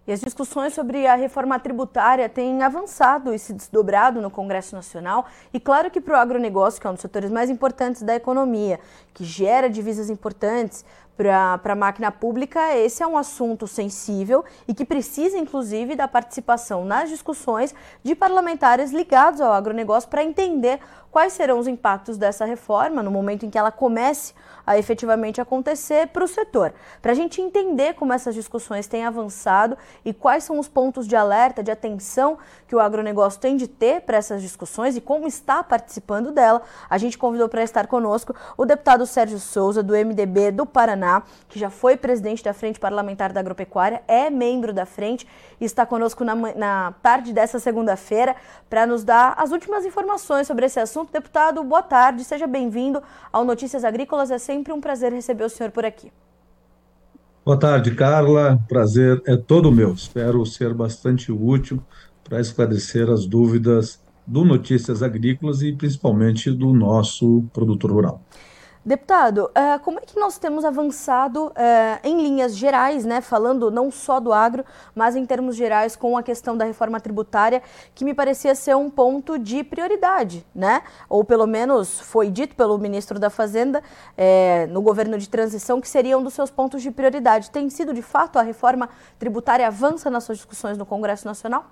E as discussões sobre a reforma tributária têm avançado e se desdobrado no Congresso Nacional. E claro que para o agronegócio, que é um dos setores mais importantes da economia, que gera divisas importantes para a máquina pública, esse é um assunto sensível e que precisa, inclusive, da participação nas discussões de parlamentares ligados ao agronegócio para entender quais serão os impactos dessa reforma no momento em que ela comece a efetivamente acontecer para o setor. Para a gente entender como essas discussões têm avançado e quais são os pontos de alerta, de atenção que o agronegócio tem de ter para essas discussões e como está participando dela, a gente convidou para estar conosco o deputado Sérgio Souza, do MDB do Paraná, que já foi presidente da Frente Parlamentar da Agropecuária, é membro da frente e está conosco na tarde dessa segunda-feira para nos dar as últimas informações sobre esse assunto. Deputado, boa tarde, seja bem-vindo ao Notícias Agrícolas, é sempre um prazer receber o senhor por aqui. Boa tarde, Carla. Prazer é todo meu. Espero ser bastante útil para esclarecer as dúvidas do Notícias Agrícolas e principalmente do nosso produtor rural. Deputado, como é que nós temos avançado em linhas gerais, né, falando não só do agro, mas em termos gerais com a questão da reforma tributária, que me parecia ser um ponto de prioridade, né? Ou pelo menos foi dito pelo ministro da Fazenda no governo de transição que seria um dos seus pontos de prioridade. Tem sido, de fato, a reforma tributária avança nas suas discussões no Congresso Nacional?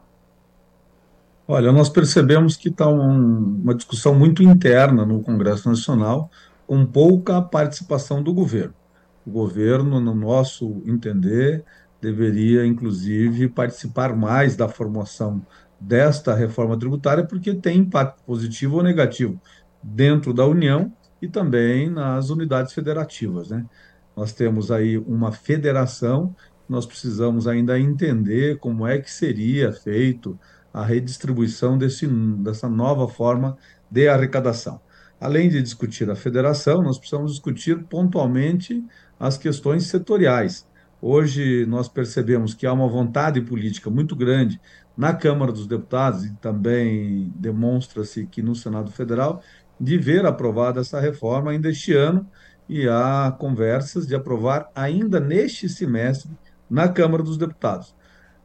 Olha, nós percebemos que está uma discussão muito interna no Congresso Nacional, com pouca participação do governo. O governo, no nosso entender, deveria, inclusive, participar mais da formação desta reforma tributária, porque tem impacto positivo ou negativo dentro da União e também nas unidades federativas, né? Nós temos aí uma federação, nós precisamos ainda entender como é que seria feito a redistribuição dessa nova forma de arrecadação. Além de discutir a federação, nós precisamos discutir pontualmente as questões setoriais. Hoje nós percebemos que há uma vontade política muito grande na Câmara dos Deputados e também demonstra-se que no Senado Federal de ver aprovada essa reforma ainda este ano e há conversas de aprovar ainda neste semestre na Câmara dos Deputados.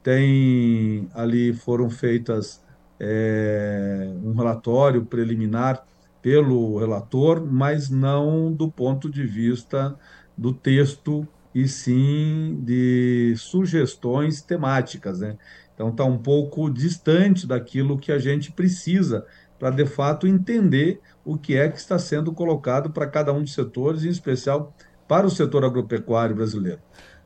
Foram feitas um relatório preliminar pelo relator, mas não do ponto de vista do texto, e sim de sugestões temáticas, né? Então está um pouco distante daquilo que a gente precisa para, de fato, entender o que é que está sendo colocado para cada um dos setores, em especial para o setor agropecuário brasileiro.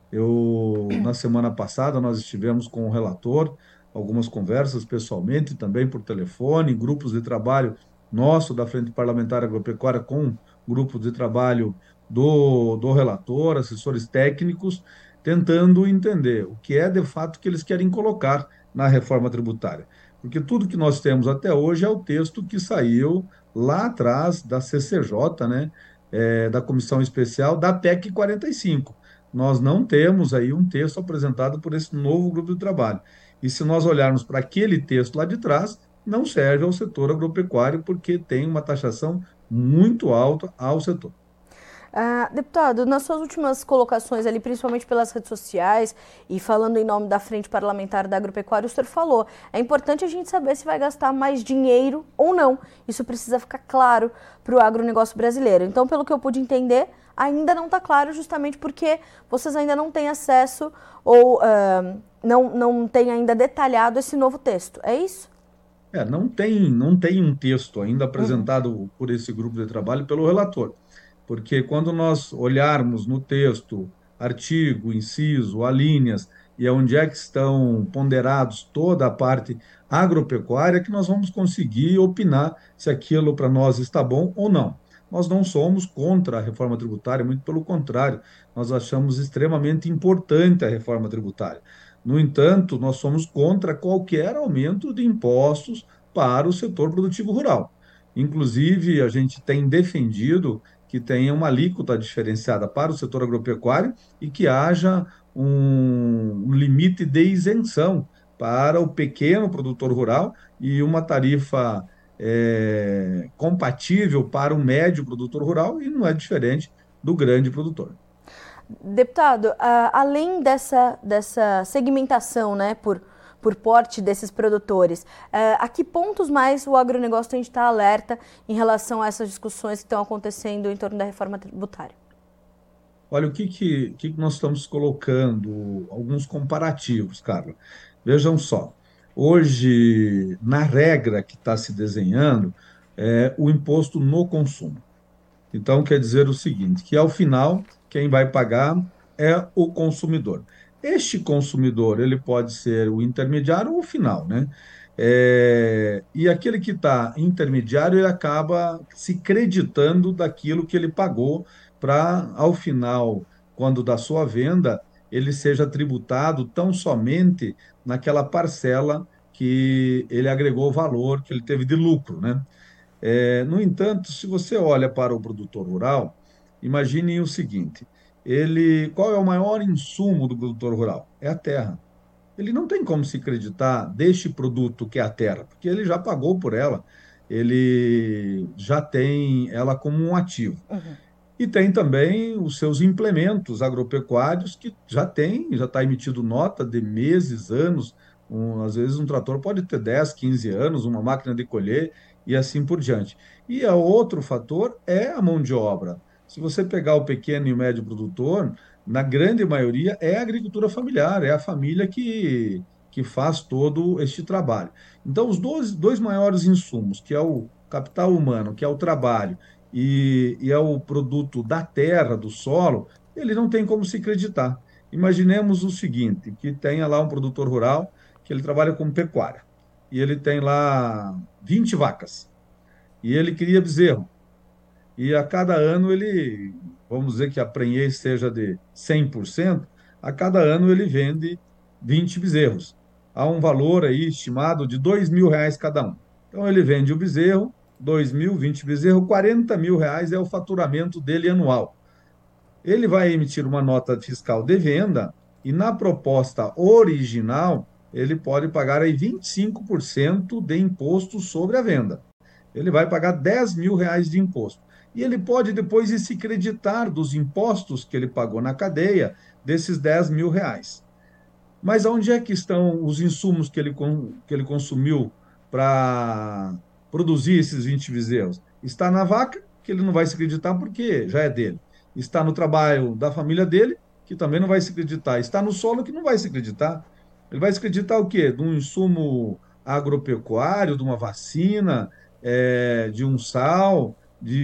Na semana passada, nós estivemos com o relator, algumas conversas pessoalmente, também por telefone, grupos de trabalho nosso da Frente Parlamentar Agropecuária com grupos de trabalho do relator, assessores técnicos, tentando entender o que é de fato que eles querem colocar na reforma tributária. Porque tudo que nós temos até hoje é o texto que saiu lá atrás da CCJ, né, da Comissão Especial da PEC 45. Nós não temos aí um texto apresentado por esse novo grupo de trabalho. E se nós olharmos para aquele texto lá de trás, não serve ao setor agropecuário, porque tem uma taxação muito alta ao setor. Deputado, nas suas últimas colocações ali, principalmente pelas redes sociais e falando em nome da Frente Parlamentar da Agropecuária, o senhor falou, é importante a gente saber se vai gastar mais dinheiro ou não. Isso precisa ficar claro para o agronegócio brasileiro. Então, pelo que eu pude entender, ainda não está claro justamente porque vocês ainda não têm acesso ou não têm ainda detalhado esse novo texto. É isso? Não tem um texto ainda apresentado por esse grupo de trabalho pelo relator, porque quando nós olharmos no texto, artigo, inciso, alíneas, e onde é que estão ponderados toda a parte agropecuária, que nós vamos conseguir opinar se aquilo para nós está bom ou não. Nós não somos contra a reforma tributária, muito pelo contrário, nós achamos extremamente importante a reforma tributária. No entanto, nós somos contra qualquer aumento de impostos para o setor produtivo rural. Inclusive, a gente tem defendido que tenha uma alíquota diferenciada para o setor agropecuário e que haja um limite de isenção para o pequeno produtor rural e uma tarifa compatível para o médio produtor rural e não é diferente do grande produtor. Deputado, além dessa segmentação, né, por porte desses produtores, a que pontos mais o agronegócio tem de estar alerta em relação a essas discussões que estão acontecendo em torno da reforma tributária? Olha, o que nós estamos colocando? Alguns comparativos, Carla. Vejam só. Hoje, na regra que está se desenhando, é o imposto no consumo. Então, quer dizer o seguinte, que ao final, quem vai pagar é o consumidor. Este consumidor, ele pode ser o intermediário ou o final, né? E aquele que está intermediário, ele acaba se creditando daquilo que ele pagou para, ao final, quando da sua venda, ele seja tributado tão somente naquela parcela que ele agregou valor, que ele teve de lucro, né? No entanto, se você olha para o produtor rural, imagine o seguinte: qual é o maior insumo do produtor rural? É a terra. Ele não tem como se acreditar deste produto que é a terra, porque ele já pagou por ela, ele já tem ela como um ativo. Uhum. E tem também os seus implementos agropecuários que já está emitido nota de meses, anos. Às vezes um trator pode ter 10, 15 anos, uma máquina de colher e assim por diante. E o outro fator é a mão de obra. Se você pegar o pequeno e o médio produtor, na grande maioria é a agricultura familiar, é a família que faz todo este trabalho. Então, os dois maiores insumos, que é o capital humano, que é o trabalho, e é o produto da terra, do solo, ele não tem como se acreditar. Imaginemos o seguinte, que tenha lá um produtor rural, que ele trabalha com pecuária, e ele tem lá 20 vacas, e ele cria bezerro, e a cada ano ele, vamos dizer que a prenhez seja de 100%, a cada ano ele vende 20 bezerros. Há um valor aí estimado de R$ 2.000 cada um. Então ele vende o bezerro, 2.000, 20 bezerros, R$ 40.000 é o faturamento dele anual. Ele vai emitir uma nota fiscal de venda e na proposta original ele pode pagar aí 25% de imposto sobre a venda. Ele vai pagar R$ 10.000 de imposto. E ele pode depois ir se creditar dos impostos que ele pagou na cadeia desses R$ 10.000. Mas onde é que estão os insumos que ele consumiu para produzir esses 20 bezerros? Está na vaca, que ele não vai se acreditar porque já é dele. Está no trabalho da família dele, que também não vai se acreditar. Está no solo, que não vai se acreditar. Ele vai se acreditar o quê? De um insumo agropecuário, de uma vacina, de um sal,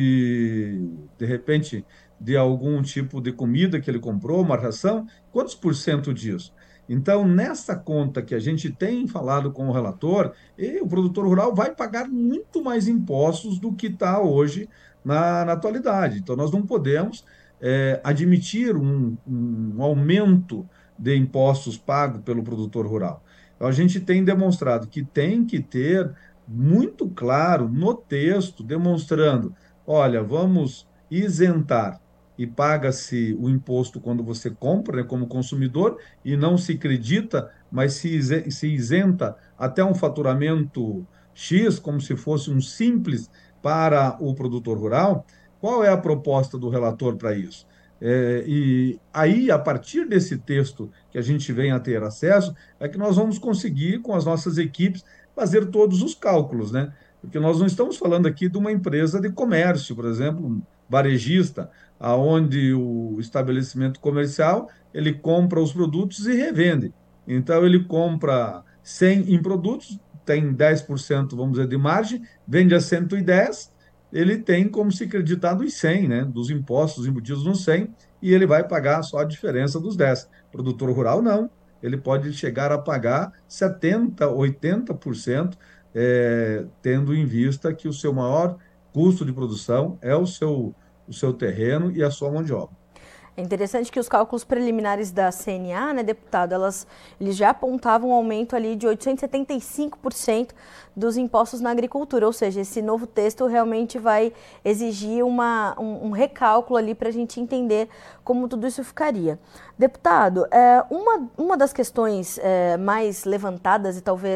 de repente, de algum tipo de comida que ele comprou, uma ração. Quantos por cento disso? Então, nessa conta que a gente tem falado com o relator, o produtor rural vai pagar muito mais impostos do que está hoje na atualidade. Então, nós não podemos admitir um aumento de impostos pagos pelo produtor rural. Então, a gente tem demonstrado que tem que ter muito claro no texto, demonstrando, olha, vamos isentar e paga-se o imposto quando você compra, né, como consumidor, e não se acredita, mas se isenta até um faturamento X, como se fosse um simples para o produtor rural. Qual é a proposta do relator para isso? E aí, a partir desse texto que a gente vem a ter acesso, é que nós vamos conseguir, com as nossas equipes, fazer todos os cálculos, né? Porque nós não estamos falando aqui de uma empresa de comércio, por exemplo, um varejista, aonde o estabelecimento comercial ele compra os produtos e revende. Então ele compra 100 em produtos, tem 10%, vamos dizer, de margem, vende a 110, ele tem como se acreditar dos 100, né, dos impostos embutidos nos 100, e ele vai pagar só a diferença dos 10. Produtor rural não, ele pode chegar a pagar 70, 80%, tendo em vista que o seu maior custo de produção é o seu terreno e a sua mão de obra. É interessante que os cálculos preliminares da CNA, né, deputado, eles já apontavam um aumento ali de 875% dos impostos na agricultura, ou seja, esse novo texto realmente vai exigir um recálculo ali para a gente entender como tudo isso ficaria. Deputado, uma das questões mais levantadas e talvez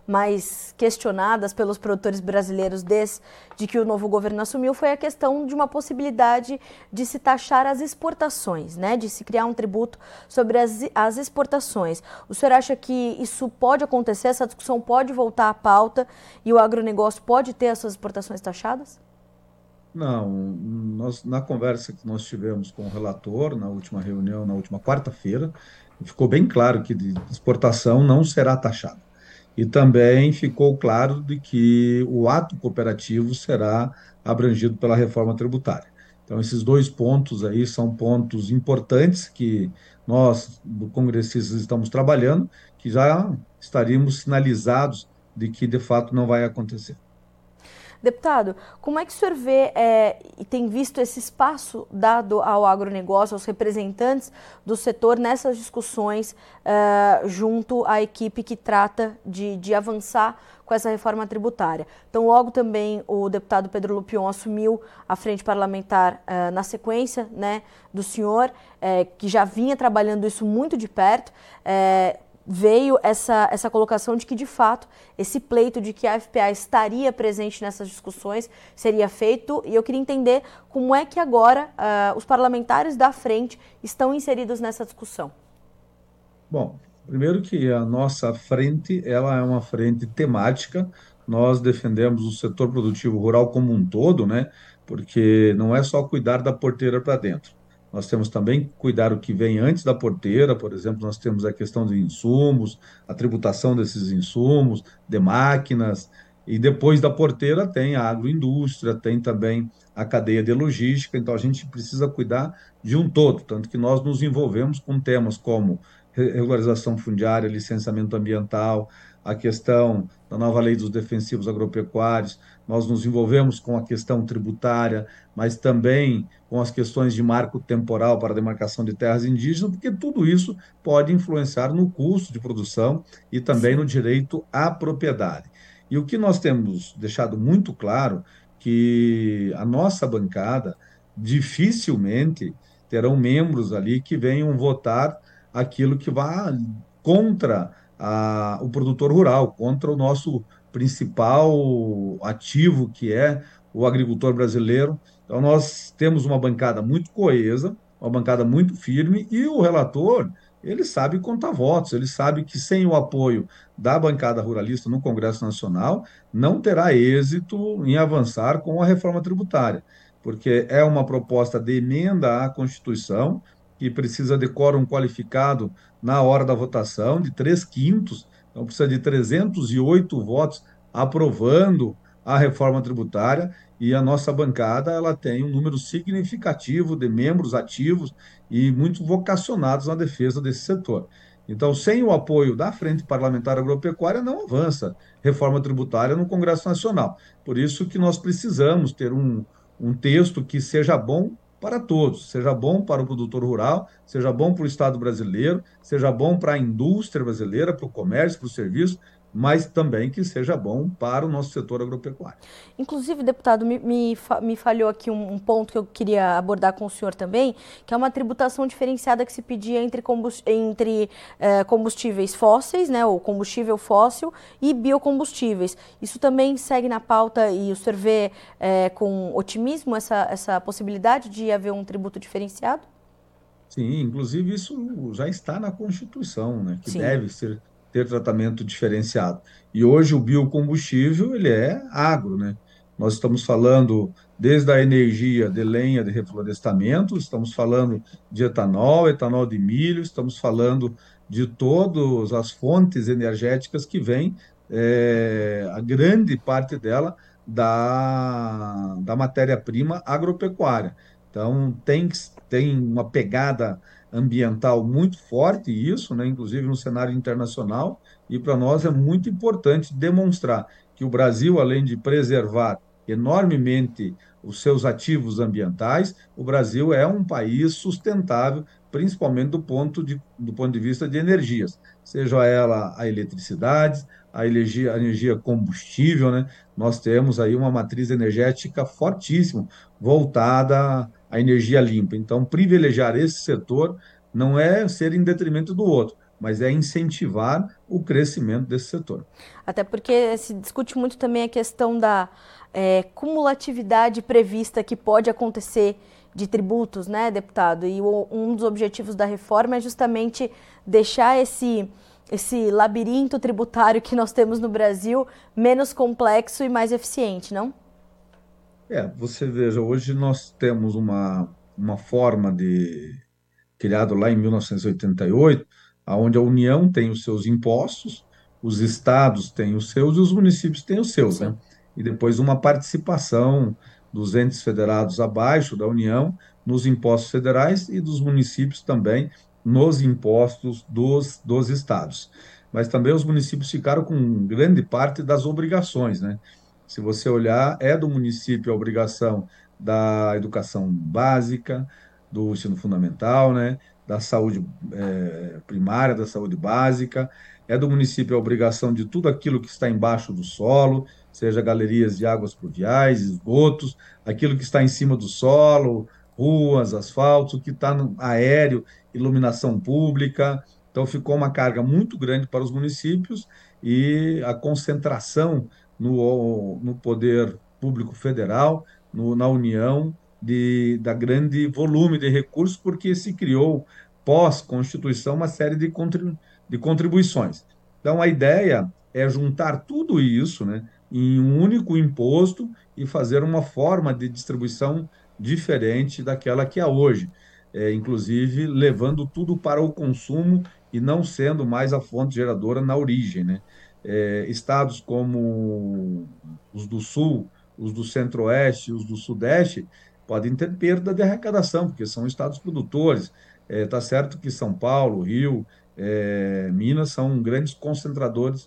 mais questionadas pelos produtores brasileiros desde que o novo governo assumiu foi a questão de uma possibilidade de se taxar as exportações, né? De se criar um tributo sobre as exportações. O senhor acha que isso pode acontecer, essa discussão pode voltar à pauta e o agronegócio pode ter as suas exportações taxadas? Não, na conversa que nós tivemos com o relator, na última reunião, na última quarta-feira, ficou bem claro que de exportação não será taxada. E também ficou claro de que o ato cooperativo será abrangido pela reforma tributária. Então, esses dois pontos aí são pontos importantes que nós, do congressistas, estamos trabalhando, que já estaríamos sinalizados de que, de fato, não vai acontecer. Deputado, como é que o senhor vê e tem visto esse espaço dado ao agronegócio, aos representantes do setor nessas discussões junto à equipe que trata de avançar com essa reforma tributária? Então, logo também o deputado Pedro Lupion assumiu a frente parlamentar na sequência, né, do senhor, que já vinha trabalhando isso muito de perto. Veio essa colocação de que, de fato, esse pleito de que a FPA estaria presente nessas discussões seria feito, e eu queria entender como é que agora os parlamentares da frente estão inseridos nessa discussão. Bom, primeiro que a nossa frente, ela é uma frente temática, nós defendemos o setor produtivo rural como um todo, né? Porque não é só cuidar da porteira para dentro. Nós temos também que cuidar o que vem antes da porteira, por exemplo, nós temos a questão de insumos, a tributação desses insumos, de máquinas, e depois da porteira tem a agroindústria, tem também a cadeia de logística, então a gente precisa cuidar de um todo, tanto que nós nos envolvemos com temas como regularização fundiária, licenciamento ambiental, a questão da nova lei dos defensivos agropecuários, nós nos envolvemos com a questão tributária, mas também com as questões de marco temporal para a demarcação de terras indígenas, porque tudo isso pode influenciar no custo de produção e também no Sim. direito à propriedade. E o que nós temos deixado muito claro que a nossa bancada dificilmente terão membros ali que venham votar aquilo que vá contra o produtor rural, contra o nosso principal ativo, que é o agricultor brasileiro. Então, nós temos uma bancada muito coesa, uma bancada muito firme, e o relator, ele sabe contar votos, ele sabe que sem o apoio da bancada ruralista no Congresso Nacional, não terá êxito em avançar com a reforma tributária, porque é uma proposta de emenda à Constituição, que precisa de quórum qualificado na hora da votação, de 3/5, então precisa de 308 votos aprovando a reforma tributária, e a nossa bancada ela tem um número significativo de membros ativos e muito vocacionados na defesa desse setor. Então, sem o apoio da Frente Parlamentar Agropecuária, não avança reforma tributária no Congresso Nacional. Por isso que nós precisamos ter um texto que seja bom para todos, seja bom para o produtor rural, seja bom para o Estado brasileiro, seja bom para a indústria brasileira, para o comércio, para o serviço, mas também que seja bom para o nosso setor agropecuário. Inclusive, deputado, me falhou aqui um ponto que eu queria abordar com o senhor também, que é uma tributação diferenciada que se pedia entre combustíveis fósseis, né, ou combustível fóssil, e biocombustíveis. Isso também segue na pauta e o senhor vê com otimismo essa possibilidade de haver um tributo diferenciado? Sim, inclusive isso já está na Constituição, né, que Sim. deve ter tratamento diferenciado. E hoje o biocombustível, ele é agro, né? Nós estamos falando desde a energia de lenha de reflorestamento, estamos falando de etanol, etanol de milho, estamos falando de todas as fontes energéticas que vêm, a grande parte dela da matéria-prima agropecuária. Então, tem uma pegada ambiental muito forte, isso, né, inclusive no cenário internacional, e para nós é muito importante demonstrar que o Brasil, além de preservar enormemente os seus ativos ambientais, o Brasil é um país sustentável, principalmente do ponto de vista de energias, seja ela a eletricidade, a energia combustível, né? Nós temos aí uma matriz energética fortíssima, voltada a energia limpa. Então, privilegiar esse setor não é ser em detrimento do outro, mas é incentivar o crescimento desse setor. Até porque se discute muito também a questão da cumulatividade prevista que pode acontecer de tributos, né, deputado? E um dos objetivos da reforma é justamente deixar esse labirinto tributário que nós temos no Brasil menos complexo e mais eficiente, não? Você veja, hoje nós temos uma forma criado lá em 1988, onde a União tem os seus impostos, os estados têm os seus e os municípios têm os seus, Sim. né? E depois uma participação dos entes federados abaixo da União nos impostos federais e dos municípios também nos impostos dos estados. Mas também os municípios ficaram com grande parte das obrigações, né? Se você olhar, é do município a obrigação da educação básica, do ensino fundamental, né? Da saúde primária, da saúde básica. É do município a obrigação de tudo aquilo que está embaixo do solo, seja galerias de águas pluviais, esgotos, aquilo que está em cima do solo, ruas, asfaltos, o que está no aéreo, iluminação pública. Então, ficou uma carga muito grande para os municípios e a concentração no poder público federal, na União, da grande volume de recursos, porque se criou, pós-Constituição, uma série de contribuições. Então, a ideia é juntar tudo isso, né, em um único imposto e fazer uma forma de distribuição diferente daquela que há hoje, inclusive levando tudo para o consumo e não sendo mais a fonte geradora na origem, né? Estados como os do Sul, os do Centro-Oeste, os do Sudeste, podem ter perda de arrecadação, porque são estados produtores. Tá certo que São Paulo, Rio, Minas são grandes concentradores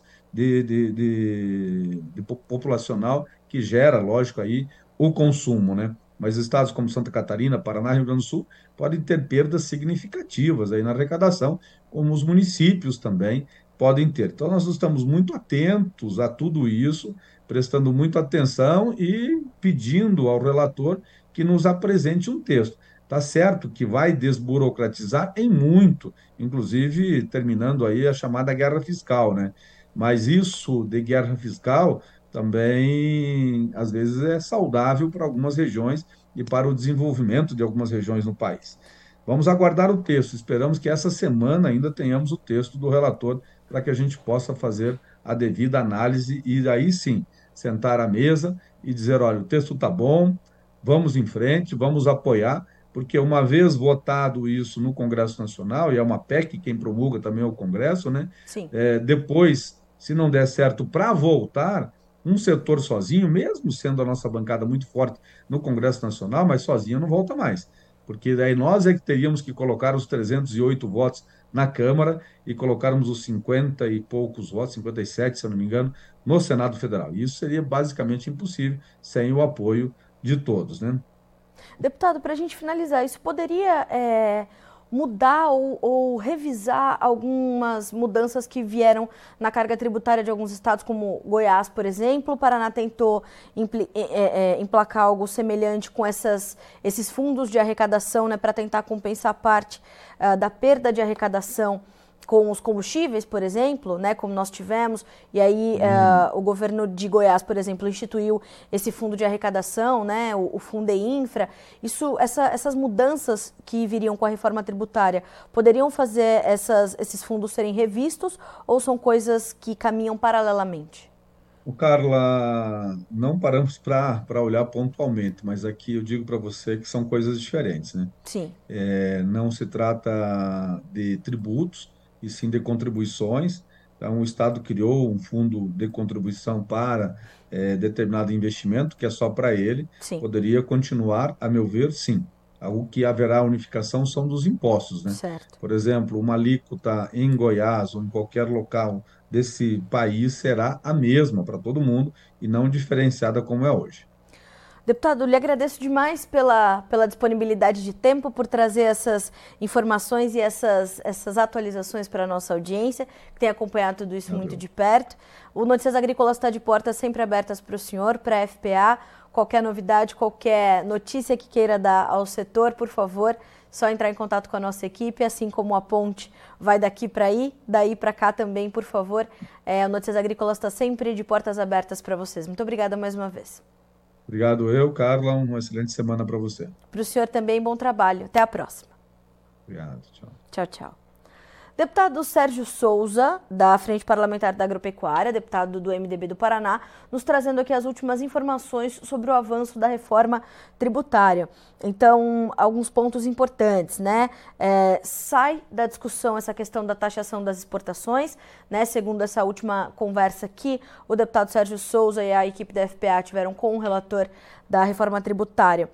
de populacional que gera, lógico, aí o consumo, né? Mas estados como Santa Catarina, Paraná, Rio Grande do Sul podem ter perdas significativas aí na arrecadação, como os municípios também podem ter. Então, nós estamos muito atentos a tudo isso, prestando muita atenção e pedindo ao relator que nos apresente um texto. Tá certo que vai desburocratizar em muito, inclusive terminando aí a chamada guerra fiscal, né? Mas isso de guerra fiscal também, às vezes, é saudável para algumas regiões e para o desenvolvimento de algumas regiões no país. Vamos aguardar o texto. Esperamos que essa semana ainda tenhamos o texto do relator para que a gente possa fazer a devida análise e aí sim sentar à mesa e dizer, olha, o texto está bom, vamos em frente, vamos apoiar, porque uma vez votado isso no Congresso Nacional, e é uma PEC, quem promulga também é o Congresso, né? Sim. Depois, se não der certo para voltar, um setor sozinho, mesmo sendo a nossa bancada muito forte no Congresso Nacional, mas sozinho não volta mais. Porque daí nós é que teríamos que colocar os 308 votos na Câmara e colocarmos os 50 e poucos votos, 57, se eu não me engano, no Senado Federal. E isso seria basicamente impossível sem o apoio de todos, né? Deputado, para a gente finalizar, isso poderia mudar ou revisar algumas mudanças que vieram na carga tributária de alguns estados, como Goiás, por exemplo. O Paraná tentou emplacar algo semelhante com esses fundos de arrecadação, né, para tentar compensar parte da perda de arrecadação com os combustíveis, por exemplo, né, como nós tivemos, e aí o governo de Goiás, por exemplo, instituiu esse fundo de arrecadação, né, o Fundeinfra. Essas mudanças que viriam com a reforma tributária poderiam fazer esses fundos serem revistos ou são coisas que caminham paralelamente? Carla, não paramos para olhar pontualmente, mas aqui eu digo para você que são coisas diferentes, né? Sim. Não se trata de tributos, e sim de contribuições. Então, o Estado criou um fundo de contribuição para determinado investimento, que é só para ele. Sim. Poderia continuar, a meu ver, sim. O que haverá unificação são dos impostos, né? Certo. Por exemplo, uma alíquota em Goiás ou em qualquer local desse país será a mesma para todo mundo e não diferenciada como é hoje. Deputado, lhe agradeço demais pela disponibilidade de tempo, por trazer essas informações e essas atualizações para a nossa audiência, que tem acompanhado tudo isso muito de perto. O Notícias Agrícolas está de portas sempre abertas para o senhor, para a FPA. qualquer novidade, qualquer notícia que queira dar ao setor, por favor, só entrar em contato com a nossa equipe, assim como a ponte vai daqui para aí, daí para cá também, por favor. A Notícias Agrícolas está sempre de portas abertas para vocês. Muito obrigada mais uma vez. Obrigado Carla. Uma excelente semana para você. Para o senhor também, bom trabalho. Até a próxima. Obrigado. Tchau. Tchau, tchau. Deputado Sérgio Souza, da Frente Parlamentar da Agropecuária, deputado do MDB do Paraná, nos trazendo aqui as últimas informações sobre o avanço da reforma tributária. Então, alguns pontos importantes, né? Sai da discussão essa questão da taxação das exportações, né? Segundo essa última conversa que o deputado Sérgio Souza e a equipe da FPA tiveram com o relator da reforma tributária.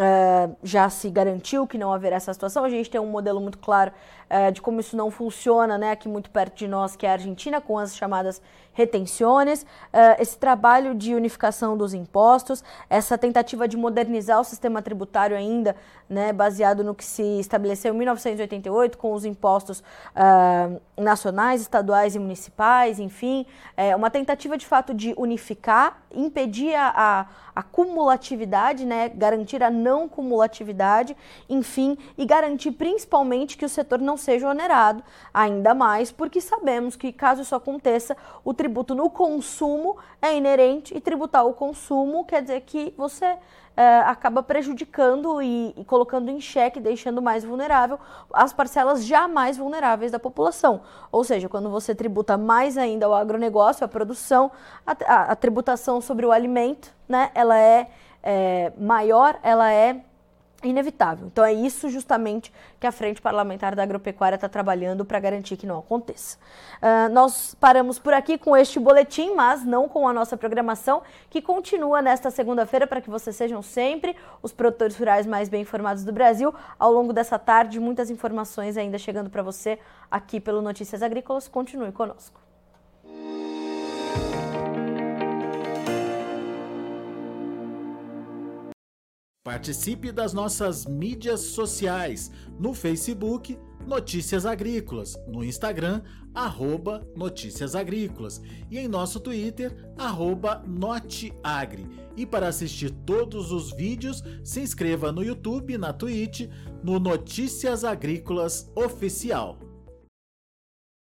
Já se garantiu que não haverá essa situação. A gente tem um modelo muito claro de como isso não funciona, né, aqui muito perto de nós, que é a Argentina, com as chamadas retenções, esse trabalho de unificação dos impostos, essa tentativa de modernizar o sistema tributário ainda, né, baseado no que se estabeleceu em 1988, com os impostos nacionais, estaduais e municipais, enfim, uma tentativa de fato de unificar, impedir a cumulatividade, né, garantir a não cumulatividade, enfim, e garantir principalmente que o setor não seja onerado ainda mais, porque sabemos que caso isso aconteça, o tributo no consumo é inerente e tributar o consumo quer dizer que você acaba prejudicando e colocando em xeque, deixando mais vulnerável as parcelas já mais vulneráveis da população. Ou seja, quando você tributa mais ainda o agronegócio, a produção, a tributação sobre o alimento, né, ela é maior, ela é inevitável. Então é isso justamente que a Frente Parlamentar da Agropecuária está trabalhando para garantir que não aconteça. Nós paramos por aqui com este boletim, mas não com a nossa programação, que continua nesta segunda-feira para que vocês sejam sempre os produtores rurais mais bem informados do Brasil. Ao longo dessa tarde, muitas informações ainda chegando para você aqui pelo Notícias Agrícolas. Continue conosco. Participe das nossas mídias sociais, no Facebook, Notícias Agrícolas, no Instagram, @Notícias Agrícolas e em nosso Twitter, @Noteagri. E para assistir todos os vídeos, se inscreva no YouTube, na Twitch, no Notícias Agrícolas Oficial.